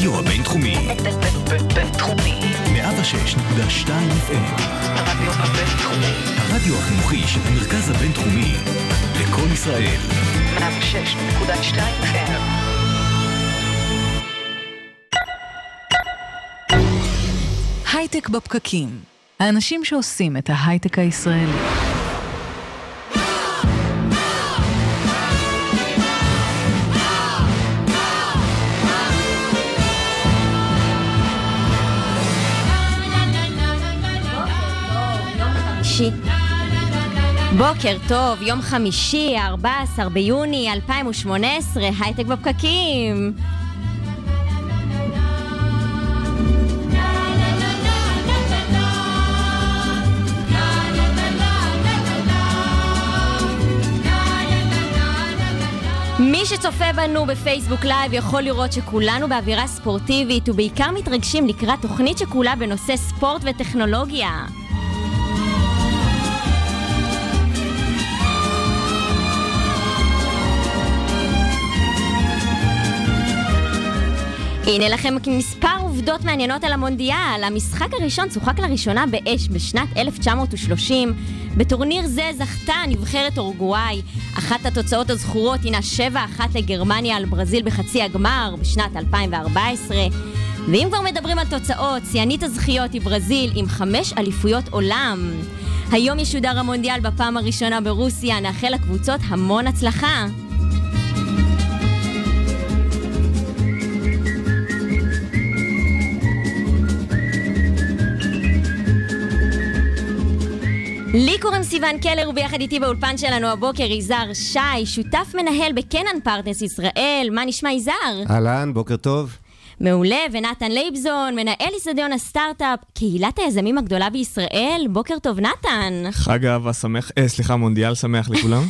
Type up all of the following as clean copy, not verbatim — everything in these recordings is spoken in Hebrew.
הרדיו הבינתחומי. בינתחומי. 106.2 FM. הרדיו הבינתחומי. הרדיו החינוכי של המרכז הבינתחומי. לכל ישראל. 106.2 FM. הייטק בפקקים. האנשים שעושים את ההייטק הישראלי. בוקר טוב, יום חמישי, 14 ביוני 2018, הייטק בפקקים. מי שצופה בנו בפייסבוק לייב יכול לראות שכולנו באווירה ספורטיבית ובעיקר מתרגשים לקראת תוכנית שכולה בנושא ספורט וטכנולוגיה. הנה לכם מספר עובדות מעניינות על המונדיאל. המשחק הראשון צוחק לראשונה באש בשנת 1930. בטורניר זה זכתה נבחרת אורוגוואי. אחת התוצאות הזכורות הינה 7-1 לגרמניה על ברזיל בחצי הגמר בשנת 2014. ואם כבר מדברים על תוצאות, שיאנית הזכיות היא ברזיל עם 5 אליפויות עולם. היום ישודר המונדיאל בפעם הראשונה ברוסיה. נאחל לקבוצות המון הצלחה. לי קוראים סיוון קלר וביחד איתי באולפן שלנו הבוקר יזהר שי, שותף מנהל בקנן פרטנרס ישראל. מה נשמע יזהר? אהלן, בוקר טוב. מעולה, ונתן לייבזון, מנהל איצטדיון הסטארט-אפ, קהילת היזמים הגדולה בישראל. בוקר טוב נתן. חג אהבה שמח, מונדיאל שמח לכולם.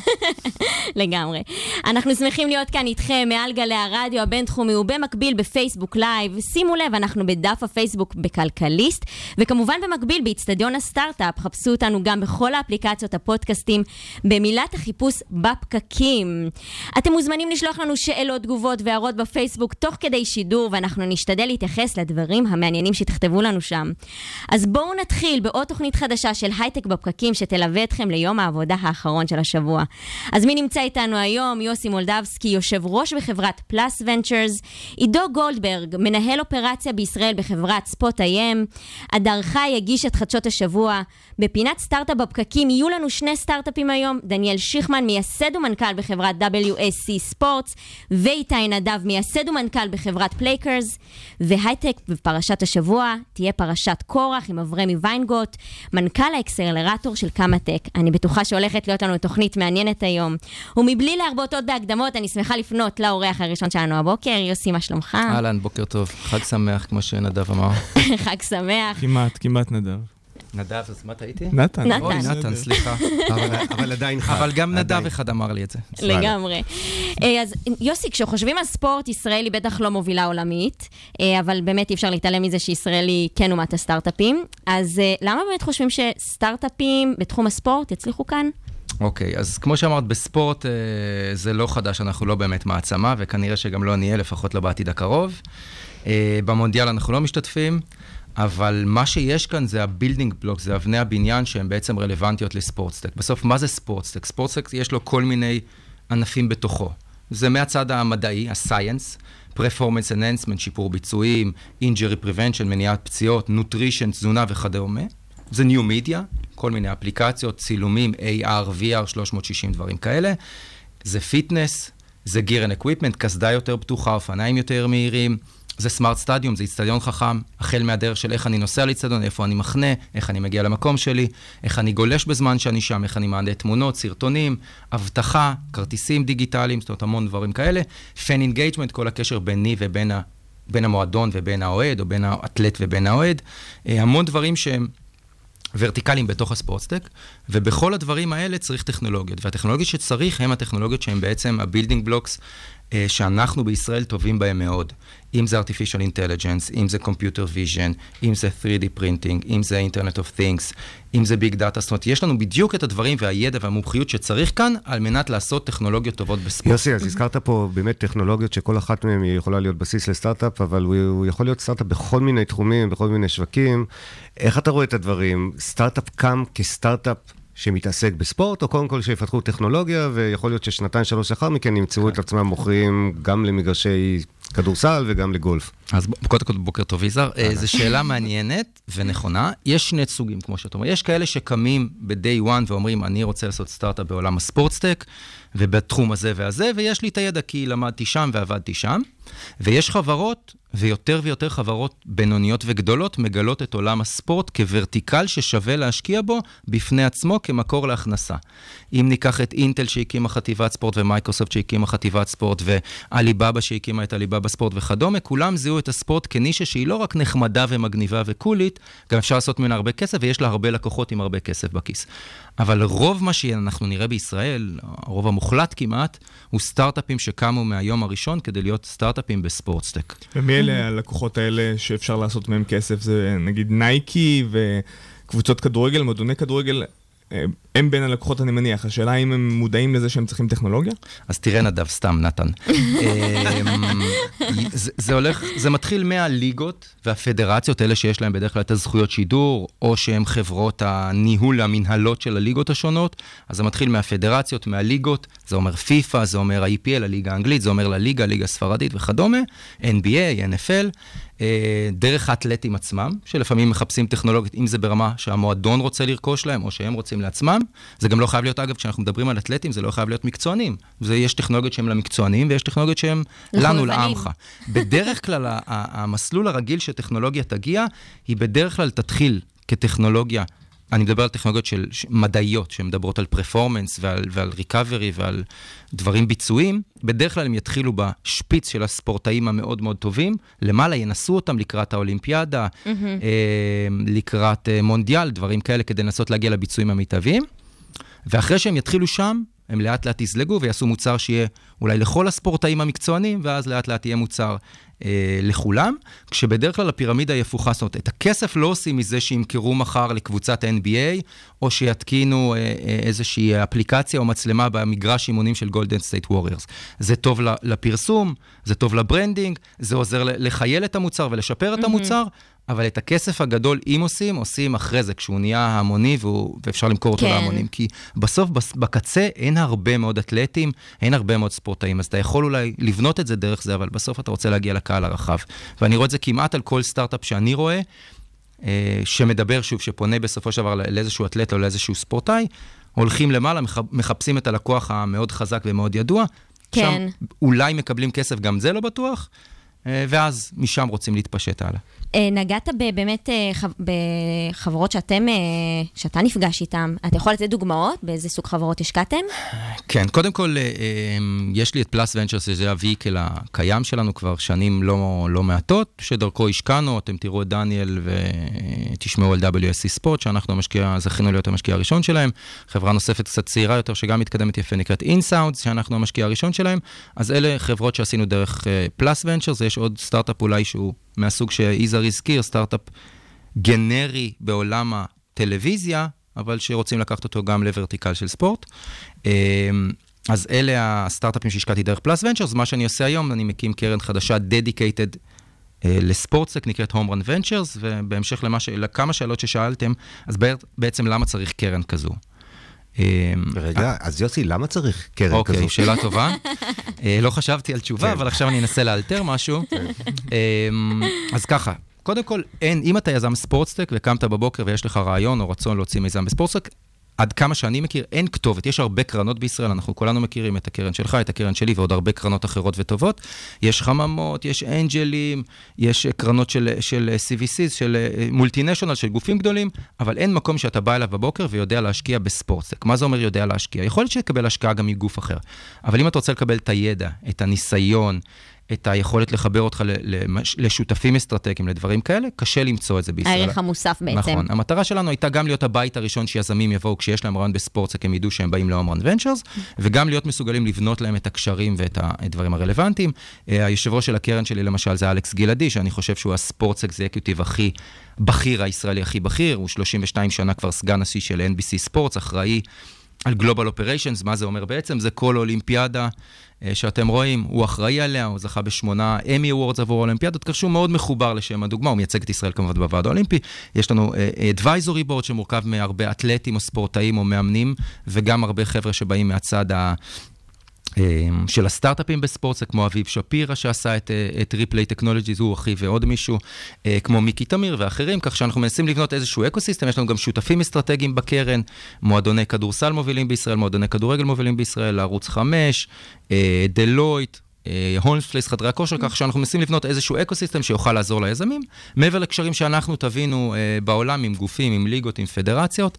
לגמרי. אנחנו שמחים להיות כאן איתכם מעל גלי הרדיו הבינתחומי ובמקביל בפייסבוק לייב. שימו לב, אנחנו בדף הפייסבוק בכלכליסט, וכמובן במקביל באצטדיון הסטארט-אפ. חפשו אותנו גם בכל האפליקציות הפודקאסטים במילת החיפוש בפקקים. אתם מוזמנים לשלוח לנו שאלות, תגובות והערות בפייסבוק תוך כדי שידור, ואנחנו נשתדל להתייחס לדברים המעניינים שתכתבו לנו שם. אז בואו נתחיל בעוד תוכנית חדשה של הייטק בפקקים שתלווה אתכם ליום העבודה האחרון של השבוע. אז מי נמצא איתנו היום? יוסי מולדבסקי, יושב ראש בחברת פלאס ונצ'רס, עידו גולדברג, מנהל אופרציה בישראל בחברת ספוט איי-אם, אדר חי יגיש את חדשות השבוע. בפינת סטארט-אפ בפקקים יהיו לנו 2 סטארט-אפים היום, דניאל שיחמן, מייסד ומנכ"ל בחברת WSC ספורטס, ואיתי נדב, מייסד ומנכ"ל בחברת פלייקרס. והייטק בפרשת השבוע תהיה פרשת קורח עם אברמי ויינגוט, מנכ"ל האקסלרטור של קמא-טק. אני בטוחה שהולכת להיות לנו תוכנית מעניינת היום. ומבלי להרבות עוד בהקדמות, אני שמחה לפנות לאורח הראשון שלנו הבוקר. יוסי, מה שלומך? אהלן, בוקר טוב. חג שמח, כמו שנדב אמר. חג שמח. כמעט נדב. נדב, אז מה טעיתי? נתן. אוי, נתן, סליחה. אבל עדיין חג. אבל גם נדב אחד אמר לי את זה. לגמרי. אז יוסי, כשחושבים על ספורט, ישראל היא בטח לא מובילה עולמית, אבל באמת אי אפשר להתעלם מזה שישראל היא כן אומת הסטארט-אפים. אז למה באמת חושבים שסטארט-אפים בתחום הספורט יצליחו כאן? אוקיי, אז כמו שאמרת, בספורט זה לא חדש, אנחנו לא באמת מעצמה, וכנראה שגם לא נהיה, לפחות לא בעתיד הקרוב. במונדיאל אנחנו לא משתתפים, אבל מה שיש כאן זה הבילדינג בלוק, זה אבני הבניין שהן בעצם רלוונטיות לספורטסטק. בסוף, מה זה ספורטסטק? ספורטסטק יש לו כל מיני ענפים בתוכו. זה מהצד המדעי, הסייאנס, פרפורמנס אנהנסמנט, שיפור ביצועים, אינג'רי פריבנשן, מניעת פציעות, נוטרישן, תזונה וכדומה. זה ניו מדיה, כל מיני אפליקציות, צילומים, AR, VR, 360 דברים כאלה. זה פיטנס, זה גיר אנד אקוויפמנט, קסדה יותר פתוחה, אופניים יותר מהירים. זה סמארט סטדיום, זה אצטדיון חכם, החל מהדרך של איך אני נוסע לאצטדיון, איפה אני מחנה, איך אני מגיע למקום שלי, איך אני גולש בזמן שאני שם, איך אני מעלה תמונות, סרטונים, הבטחה, כרטיסים דיגיטליים, זאת אומרת המון דברים כאלה. פן אינגייג'מנט, כל הקשר ביני ובין המועדון ובין האוהד, או בין האתלט ובין האוהד. המון דברים שהם ורטיקליים בתוך הספורטסטק, ובכל הדברים האלה צריך טכנולוגיות. והטכנולוגיות שצריך הם הטכנולוגיות שהן בעצם הבילדינג בלוקס שאנחנו בישראל טובים בהם מאוד. אם זה artificial intelligence, אם זה computer vision, אם זה 3D printing, אם זה internet of things, אם זה big data, זאת אומרת, יש לנו בדיוק את הדברים והידע והמומחיות שצריך כאן, על מנת לעשות טכנולוגיות טובות בספורט. יוסי, אז הזכרת פה באמת טכנולוגיות שכל אחת מהן יכולה להיות בסיס לסטארט-אפ, אבל הוא יכול להיות סטארט-אפ בכל מיני תחומים, בכל מיני שווקים. איך אתה רואה את הדברים? סטארט-אפ קם כסטארט-אפ שמתעסק בספורט, או קודם כל שיפתחו טכנולוגיה, ויכול להיות ששנתיים, שלוש אחר מכן נמצאו את עצמם מוכרים גם למגרשי כדורסל וגם לגולף. אז קודם כל בוקר טוב יזהר, זו שאלה מעניינת ונכונה. יש שני סוגים, כמו שאתה אומר. יש כאלה שקמים ב-day one ואומרים, אני רוצה לעשות סטארט-אפ בעולם הספורטסטק, ובתחום הזה והזה, ויש לי את הידע כי למדתי שם ועבדתי שם. ויש חברות, ויותר ויותר חברות בינוניות וגדולות, מגלות את עולם הספורט כוורטיקל ששווה להשקיע בו בפני עצמו כמקור להכנסה. אם ניקח את אינטל שהקימה חטיבת ספורט, ומייקרוסופט שהקימה חטיבת ספורט, ואליבאבא שהקימה את אליבאבא ספורט וכדומה, כולם זיהו את הספורט כנישה שהיא לא רק נחמדה ומגניבה וקולית, גם אפשר לעשות ממנה הרבה כסף, ויש לה הרבה לקוחות עם הרבה כסף בכיס. אבל רוב מה שאנחנו נראה בישראל, הרוב המוחלט כמעט, הוא סטארט-אפים שקמו מהיום הראשון כדי להיות סטארט-אפים בספורטסטק. ומי אלה הלקוחות האלה שאפשר לעשות מהם כסף? זה נגיד נייקי וקבוצות כדורגל, מועדוני כדורגל, הם בין הלקוחות אני מניח. השאלה אם הם מודעים לזה שהם צריכים טכנולוגיה? אז תראה נדב, סתם, נתן. זה מתחיל מהליגות והפדרציות, אלה שיש להם בדרך כלל את הזכויות שידור, או שהם חברות הניהול, המנהלות של הליגות השונות, אז זה מתחיל מהפדרציות, מהליגות, זה אומר פיפה, זה אומר ה-EPL, הליגה האנגלית, זה אומר לליגה, הליגה הספרדית וכדומה, NBA, NFL, דרך האתלטים עצמם, שלפעמים מחפשים טכנולוגיות, אם זה ברמה שהמועדון רוצה לרכוש להם, או שהם רוצים לעצמם. זה גם לא חייב להיות, אגב, כשאנחנו מדברים על אתלטים, זה לא חייב להיות מקצוענים. יש טכנולוגיות שהן למקצוענים, ויש טכנולוגיות שהן לנו, לעמך. בדרך כלל, המסלול הרגיל שטכנולוגיה תגיע, היא בדרך כלל תתחיל כטכנולוגיה, אני מדבר על טכנולוגיות של מדעיות, שמדברות על פרפורמנס ועל ריקאברי ועל דברים ביצועים, בדרך כלל הם יתחילו בשפיץ של הספורטאים המאוד מאוד טובים, למעלה ינסו אותם לקראת האולימפיאדה, לקראת מונדיאל, דברים כאלה כדי לנסות להגיע לביצועים המיטביים, ואחרי שהם יתחילו שם, הם לאט לאט יזלגו ויעשו מוצר שיהיה אולי לכל הספורטאים המקצוענים, ואז לאט לאט יהיה מוצר לכולם, כשבדרך כלל הפירמידה היא הפוכה, זאת אומרת, את הכסף לא עושים מזה שימכרו מחר לקבוצת NBA, או שיתקינו איזושהי אפליקציה או מצלמה במגרש אימונים של גולדן סטייט ווריורס. זה טוב לפרסום, זה טוב לברנדינג, זה עוזר לחייל את המוצר ולשפר את המוצר, אבל את הכסף הגדול, אם עושים אחרי זה, כשהוא נהיה המוני, ואפשר למכור אותו להמונים. כי בסוף, בקצה, אין הרבה מאוד אתלטים, אין הרבה מאוד ספורטאים, אז אתה יכול אולי לבנות את זה דרך זה, אבל בסוף אתה רוצה להגיע לקהל הרחב. ואני רואה את זה כמעט על כל סטארט-אפ שאני רואה, שמדבר שוב, שפונה בסופו של דבר לאיזשהו אתלט או לאיזשהו ספורטאי, הולכים למעלה, מחפשים את הלקוח המאוד חזק ומאוד ידוע, שם אולי מקבלים כסף, גם זה לא בטוח, ואז משם רוצים להתפשט הלאה. נגעת באמת בחברות שאתה נפגש איתן. אתה יכול לתת דוגמאות? באיזה סוג חברות השקעתם? כן, קודם כל, יש לי את פלאס ונצ'רס, שזה הוויקל הקיים שלנו כבר שנים לא מעטות, שדרכו השקענו, אתם תראו את דניאל ותשמעו על WSC ספורט, שאנחנו זכינו להיות המשקיע הראשון שלהם, חברה נוספת קצת צעירה יותר, שגם מתקדמת יפה, נקראת InSounds, שאנחנו המשקיע הראשון שלהם, אז אלה חברות שעשינו דרך פלאס ונצ'רס, יש עוד סטארט-אפ אולי שהוא מהסוג שאיזר הזכיר, סטארט-אפ גנרי בעולם הטלוויזיה, אבל שרוצים לקחת אותו גם לוורטיקל של ספורט. אז אלה הסטארט-אפים שהשקעתי דרך פלאס ונצ'רס. מה שאני עושה היום, אני מקים קרן חדשה dedicated לספורטסק, נקראת Home Run Ventures, ובהמשך לכמה שאלות ששאלתם, אז בעצם למה צריך קרן כזו? רגע, אז יוסי, למה צריך קרן כזו? אוקיי, שאלה טובה. לא חשבתי על תשובה, אבל עכשיו אני אנסה לאלתר משהו. אז ככה, קודם כל, אם אתה יזם ספורטסטק וקמת בבוקר ויש לך רעיון או רצון להוציא מיזם בספורטסטק, עד כמה שאני מכיר, אין כתובת. יש הרבה קרנות בישראל, אנחנו כולנו מכירים את הקרן שלך, את הקרן שלי, ועוד הרבה קרנות אחרות וטובות. יש חממות, יש אנג'לים, יש קרנות של CVCs, של מולטינשיונל, של גופים גדולים, אבל אין מקום שאתה בא אליו בבוקר ויודע להשקיע בספורטסק. מה זה אומר יודע להשקיע? יכול להיות שתקבל השקעה גם מגוף אחר. אבל אם אתה רוצה לקבל את הידע, את הניסיון, את היכולת לחבר אותך לשותפים אסטרטגיים, לדברים כאלה, קשה למצוא את זה בישראל. הערך המוסף בעצם. נכון. המטרה שלנו הייתה גם להיות הבית הראשון שיזמים יבואו כשיש להם רעיון בספורטסק, הם ידעו שהם באים לאומרן ונצ'רס, וגם להיות מסוגלים לבנות להם את הקשרים ואת הדברים הרלוונטיים. היושב ראש של הקרן שלי למשל זה אלכס גלעדי, שאני חושב שהוא הספורטס אקזקיוטיב הכי בכיר, הישראלי הכי בכיר, הוא 32 שנה כבר סגן נשיא של NBC ספורטס, אחראי על Global Operations, מה זה אומר בעצם? זה כל אולימפיאדה שאתם רואים, הוא אחראי עליה, הוא זכה ב8 אמי אוורדס עבור אולימפיאדות, כך שהוא מאוד מחובר לשם הדוגמה, הוא מייצג את ישראל כמובן בוועד האולימפי, יש לנו advisory board שמורכב מהרבה אתלטים או ספורטאים או מאמנים, וגם הרבה חבר'ה שבאים מהצד של הסטארט-אפים בספורט, זה כמו אביב שפירה שעשה את ריפלי טכנולוגיז, הוא אחי ועוד מישהו, כמו מיקי תמיר ואחרים, כך שאנחנו מנסים לבנות איזשהו אקוסיסטם, יש לנו גם שותפים אסטרטגיים בקרן, מועדוני כדורסל מובילים בישראל, מועדוני כדורגל מובילים בישראל, ערוץ 5, דלויט, הולמס-פלייס, חדרי הכושר, כך שאנחנו מנסים לבנות איזשהו אקוסיסטם שיוכל לעזור ליזמים, מעבר לקשרים שאנחנו תבינו בעולם עם גופים, עם ליגות, עם פדרציות,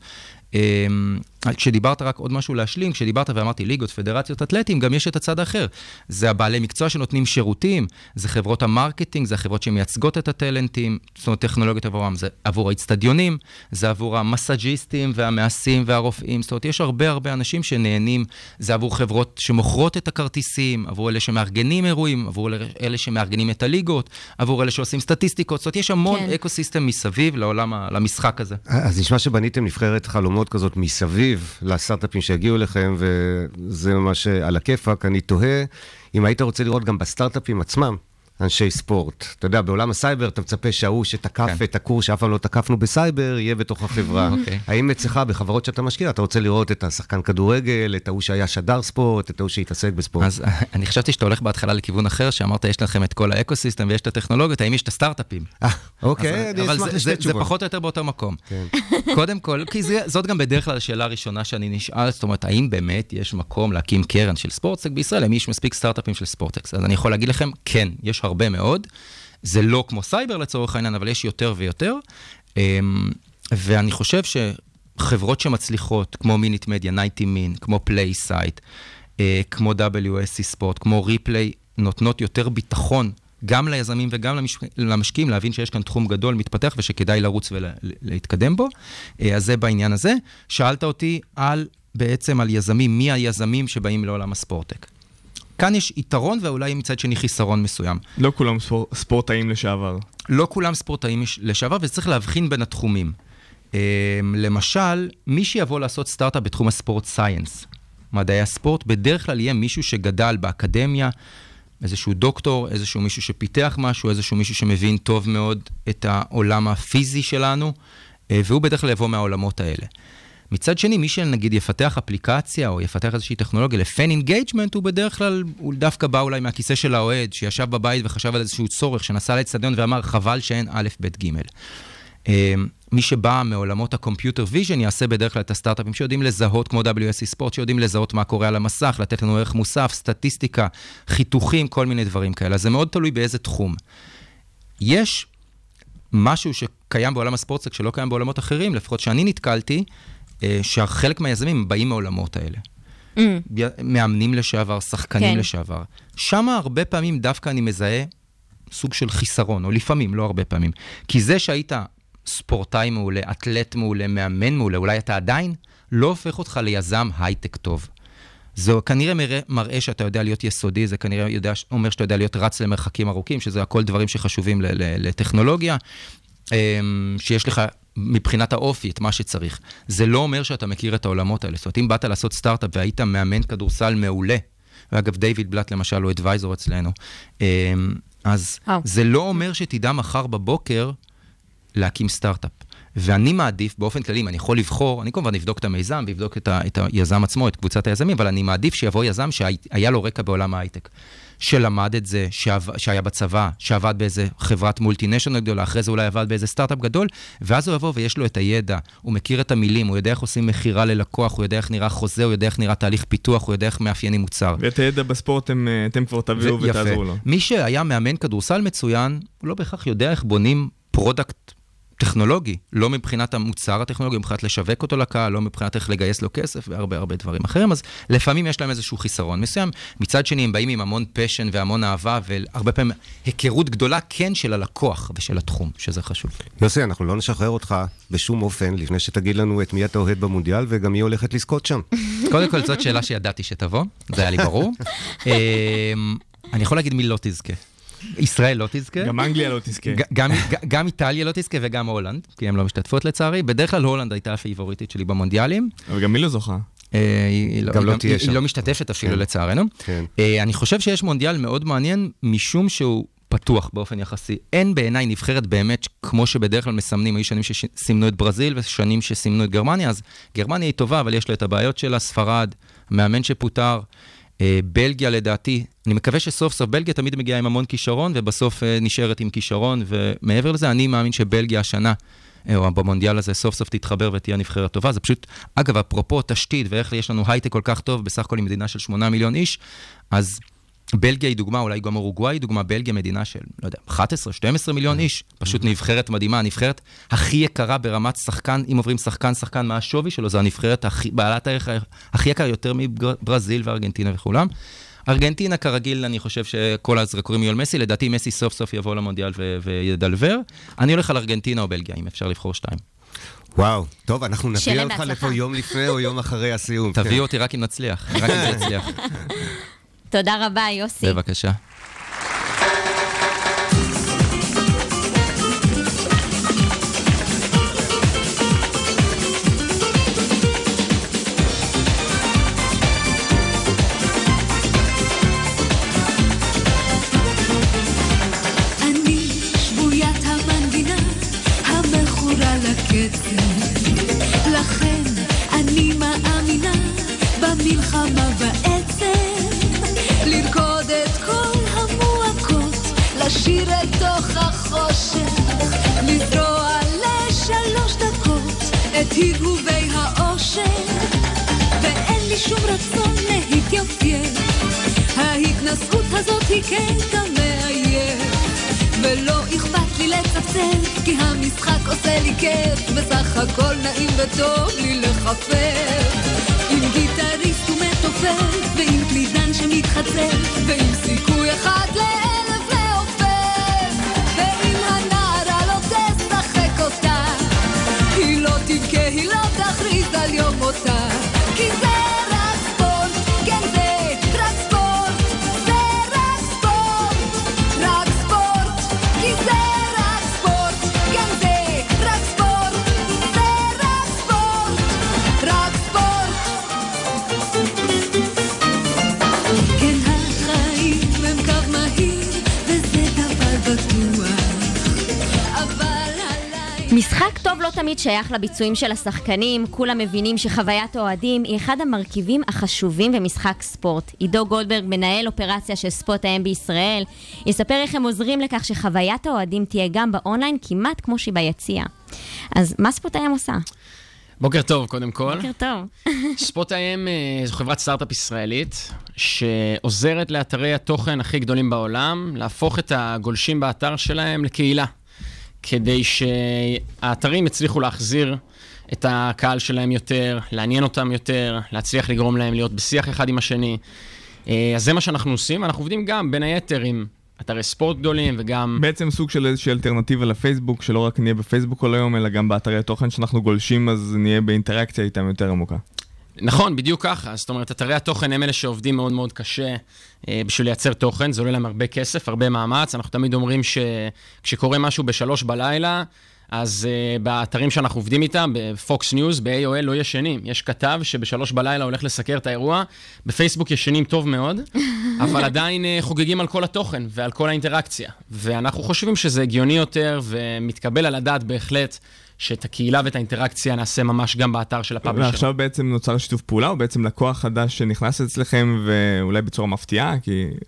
כשדיברת רק עוד משהו להשלים, כשדיברת ואמרתי ליגות, פדרציות, אתלטים, גם יש את הצד האחר. זה הבעלי מקצוע שנותנים שירותים, זה חברות המרקטינג, זה החברות שמייצגות את הטלנטים, זאת אומרת, טכנולוגיות עבורם, זה עבור האצטדיונים, זה עבור המסאג'יסטים והמעשים והרופאים, זאת אומרת, יש הרבה אנשים שנהנים, זה עבור חברות שמוכרות את הכרטיסים, עבור אלה שמארגנים אירועים, עבור אלה שמארגנים את הליגות, עבור אלה שעושים סטטיסטיקות, זאת אומרת, יש המון אקוסיסטם מסביב לעולם, למשחק הזה. אז נשמע שבניתם נבחרת חלומות כזאת מסביב לסטארט-אפים שהגיעו לכם, וזה ממש על הכיפק. אני תוהה אם היית רוצה לראות גם בסטארט-אפים עצמם אנשי ספורט. אתה יודע, בעולם הסייבר אתה מצפה שההוא שתקף את הקורס שאף פעם לא תקפנו בסייבר, יהיה בתוך החברה. האם אצלך בחברות שאתה משקיע, אתה רוצה לראות את השחקן כדורגל, את ההוא שהיה שדר ספורט, את ההוא שהתעסק בספורט? אז אני חשבתי שאתה הולך בהתחלה לכיוון אחר, שאמרת, יש לכם את כל האקוסיסטם ויש את הטכנולוגיות, האם יש את הסטארט-אפים? אוקיי, אני אשמח לשתי תשובות. זה פחות או יותר באותו מקום. קודם כל, כי זאת גם בדרך כלל השאלה הראשונה שאני נשאל, זאת אומרת, האם באמת יש מקום להקים קרן של ספורטסק בישראל? האם יש מספיק סטארט-אפים של ספורטסק? אז אני יכול להגיד לכם, כן, יש הרבה מאוד. זה לא כמו סייבר לצורך העניין, אבל יש יותר ויותר. ואני חושב שחברות שמצליחות, כמו מינית מדיה, 90 מין, כמו פלייסייט, כמו WSC ספורט, כמו ריפלי, נותנות יותר ביטחון גם ליזמים וגם למשקיעים, להבין שיש כאן תחום גדול מתפתח ושכדאי לרוץ ולהתקדם בו. אז זה בעניין הזה. שאלת אותי בעצם על יזמים, מי היזמים שבאים לעולם הספורטק. כאן יש יתרון ואולי מצד שני חיסרון מסוים. לא כולם ספורטאים לשעבר. לא כולם ספורטאים לשעבר, וצריך להבחין בין התחומים. למשל, מי שיבוא לעשות סטארט-אפ בתחום הספורט סייאנס, מדעי הספורט, בדרך כלל יהיה מישהו שגדל באקדמיה, איזשהו דוקטור, איזשהו מישהו שפיתח משהו, איזשהו מישהו שמבין טוב מאוד את העולם הפיזי שלנו, והוא בדרך כלל יבוא מהעולמות האלה. מצד שני, מי שנגיד יפתח אפליקציה או יפתח איזושהי טכנולוגיה לפן אינגייג'מנט, הוא בדרך כלל, הוא דווקא בא אולי מהכיסא של האוהד, שישב בבית וחשב על איזשהו צורך, שנסע לאצטדיון ואמר, חבל שאין א', ב', ג'. מי שבא מעולמות הקומפיוטר ויז'ן יעשה בדרך כלל את הסטארט-אפים שיודעים לזהות, כמו WSC ספורט, שיודעים לזהות מה קורה על המסך, לתת לנו ערך מוסף, סטטיסטיקה, חיתוכים, כל מיני דברים כאלה. אז זה מאוד תלוי באיזה תחום. יש משהו שקיים בעולם הספורט, שלא קיים בעולמות אחרים, לפחות שאני נתקלתי, שחלק מהיזמים באים מעולמות האלה. מאמנים לשעבר, שחקנים לשעבר. שם הרבה פעמים דווקא אני מזהה סוג של חיסרון, או לפעמים, לא הרבה פעמים. כי זה שהיית ספורטאי מעולה, אתלט מעולה, מאמן מעולה, אולי אתה עדיין לא הופך אותך ליזם הייטק טוב. זה כנראה מראה שאתה יודע להיות יסודי, זה כנראה אומר שאתה יודע להיות רץ למרחקים ארוכים, שזה הכל דברים שחשובים לטכנולוגיה, שיש לך מבחינת האופי את מה שצריך. זה לא אומר שאתה מכיר את העולמות האלה. זאת אומרת, אם באת לעשות סטארט-אפ והיית מאמן כדורסל מעולה, ואגב, דיוויד בלט למשל הוא אדוויזור אצלנו, אז זה לא אומר שתדע מחר בבוקר להקים סטארט-אפ. ואני מעדיף, באופן כללי, אם אני יכול לבחור, אני כמובן אבדוק את המיזם, ואבדוק את היזם עצמו, את קבוצת היזמים, אבל אני מעדיף שיבוא יזם שהיה לו רקע בעולם ההייטק, שלמד את זה, שהיה בצבא, שעבד באיזה חברת מולטינשיונל גדולה, אחרי זה אולי עבד באיזה סטארט-אפ גדול, ואז הוא יבוא ויש לו את הידע, הוא מכיר את המילים, הוא יודע איך עושים מחירה ללקוח, הוא יודע איך נראה חוזה, הוא יודע איך נראה תהליך פיתוח, הוא יודע איך מאפיינים מוצר. ואת הידע בספורט אתם כבר תביאו ותעזרו לו. מי שהיה מאמן כדורסל מצוין, הוא לא בהכרח יודע איך בונים פרודקט טכנולוגי, לא מבחינת המוצר הטכנולוגי, מבחינת לשווק אותו לקהל, לא מבחינת איך לגייס לו כסף והרבה הרבה דברים אחרים, אז לפעמים יש להם איזשהו חיסרון מסוים. מצד שני, הם באים עם המון פשן והמון אהבה, והרבה פעמים היכרות גדולה כן של הלקוח ושל התחום, שזה חשוב. יוסי, אנחנו לא נשחרר אותך בשום אופן, לפני שתגיד לנו את מי אתה אוהד במונדיאל, וגם מי הולכת לזכות שם. קודם כל, זאת שאלה שידעתי שתבוא, זה היה לי ברור. אני יכול להגיד מי לא תזכה. ישראל לא תזכה. גם אנגליה לא תזכה. גם איטליה לא תזכה וגם הולנד, כי הן לא משתתפות לצערי. בדרך כלל הולנד הייתה הפייבוריטית שלי במונדיאלים. אבל גם מי לא זוכה? היא לא משתתפת אפילו לצערנו. אני חושב שיש מונדיאל מאוד מעניין, משום שהוא פתוח באופן יחסי. אין בעיניי נבחרת באמת, כמו שבדרך כלל מסמנים, היו שנים שסימנו את ברזיל ושנים שסימנו את גרמניה, אז גרמניה היא טובה, אבל יש לה את הבעיות שלה, ספרד, מאמן שפוטר, בלגיה לדעתי, אני מקווה שסוף סוף בלגיה תמיד מגיעה עם המון כישרון, ובסוף נשארת עם כישרון, ומעבר לזה אני מאמין שבלגיה השנה, או במונדיאל הזה סוף סוף תתחבר ותהיה נבחרת טובה. זה פשוט, אגב, אפרופו תשתית, ואיך יש לנו הייטק כל כך טוב, בסך הכל עם מדינה של 8 מיליון איש, אז בלגיה היא דוגמה, אולי גם אורוגוואי היא דוגמה, בלגיה מדינה של, לא יודע, 11-12 מיליון איש, פשוט נבחרת מדהימה, הנבחרת הכי יקרה ברמת שחקן, אם עוברים שחקן מה השווי שלו, זה הנבחרת בעלת הערך הכי יקר יותר מברזיל וארגנטינה וכולם. ארגנטינה כרגיל, אני חושב שכל הזרקורים יהיו על מסי, לדעתי מסי סוף סוף יבוא למונדיאל וידלבר. אני הולך על ארגנטינה או בלגיה, אם אפשר לבחור 2. וואו, טוב, אנחנו נביא אותך לפה יום לפני או יום אחרי הסיום. תביאו אותי רק אם נצליח, רק אם נצליח. תודה רבה, יוסי. בבקשה. אני שבוית המנגינה, המכורה לקצב, לכן אני מאמינה במלחמה בעצם. לרקוד את כל המועקות, לשיר אל תוך החושך, לזרוע ל3 דקות את היגובי האושר, ואין לי שום רצון להתייפייף, ההתנסות הזאת היא קטע מעייף, ולא אכפת לי לצפצף, כי המשחק עושה לי כיף, בסך הכל נעים וטוב לי לחפף, עם גיטריסט ומתופף, ועם קלידן שמתחצף, ועם סיכוי אחד ל1000 לעופף, ועם הנערה לא תשחק אותה, היא לא תבכה, היא לא תכריז על יום מותה, כי זה רק ספורט, כן זה רק ספורט, זה רק ספורט, רק ספורט, כי זה רק ספורט, כן זה רק ספורט, זה רק ספורט, רק ספורט. כן, החיים הם קו מהיר, וזה דבר בטוח, אבל עליי... משחק טוב לא תמיד שייך לביצועים של השחקנים, כולם מבינים שחוויית אוהדים היא אחד המרכיבים החשובים במשחק ספורט. עידו גולדברג, מנהל אופרציה של ספורט האם בישראל, יספר איך הם עוזרים לכך שחוויית האוהדים תהיה גם באונליין כמעט כמו שהיא ביציע. אז מה ספורט האם עושה? בוקר טוב, קודם כל. בוקר טוב. ספורט האם זו חברת סטארט-אפ ישראלית, שעוזרת לאתרי התוכן הכי גדולים בעולם, להפוך את הגולשים באתר שלהם לקהילה. כדי שהאתרים יצליחו להחזיר את הקהל שלהם יותר, לעניין אותם יותר, להצליח לגרום להם להיות בשיח אחד עם השני. אז זה מה שאנחנו עושים, אנחנו עובדים גם בין היתר עם אתרי ספורט גדולים וגם... בעצם סוג של איזושהי אלטרנטיבה לפייסבוק, שלא רק נהיה בפייסבוק כל היום, אלא גם באתרי התוכן שאנחנו גולשים, אז נהיה באינטראקציה איתם יותר עמוקה. נכון, בדיוק ככה. זאת אומרת, אתרי התוכן הם אלה שעובדים מאוד מאוד קשה בשביל לייצר תוכן, זה עולה להם הרבה כסף, הרבה מאמץ. אנחנו תמיד אומרים שכשקורה משהו ב3 בלילה, אז באתרים שאנחנו עובדים איתם, בפוקס ניוז, ב-AOL לא ישנים. יש כתב שב3 בלילה הולך לסקר את האירוע, בפייסבוק ישנים טוב מאוד, אבל עדיין חוגגים על כל התוכן ועל כל האינטראקציה. ואנחנו חושבים שזה הגיוני יותר ומתקבל על הדעת בהחלט, שאת הקהילה ואת האינטראקציה נעשה ממש גם באתר של הפאבלישר. ועכשיו בעצם נוצר שיתוף פעולה, או בעצם לקוח חדש שנכנס אצלכם, ואולי בצורה מפתיעה, כי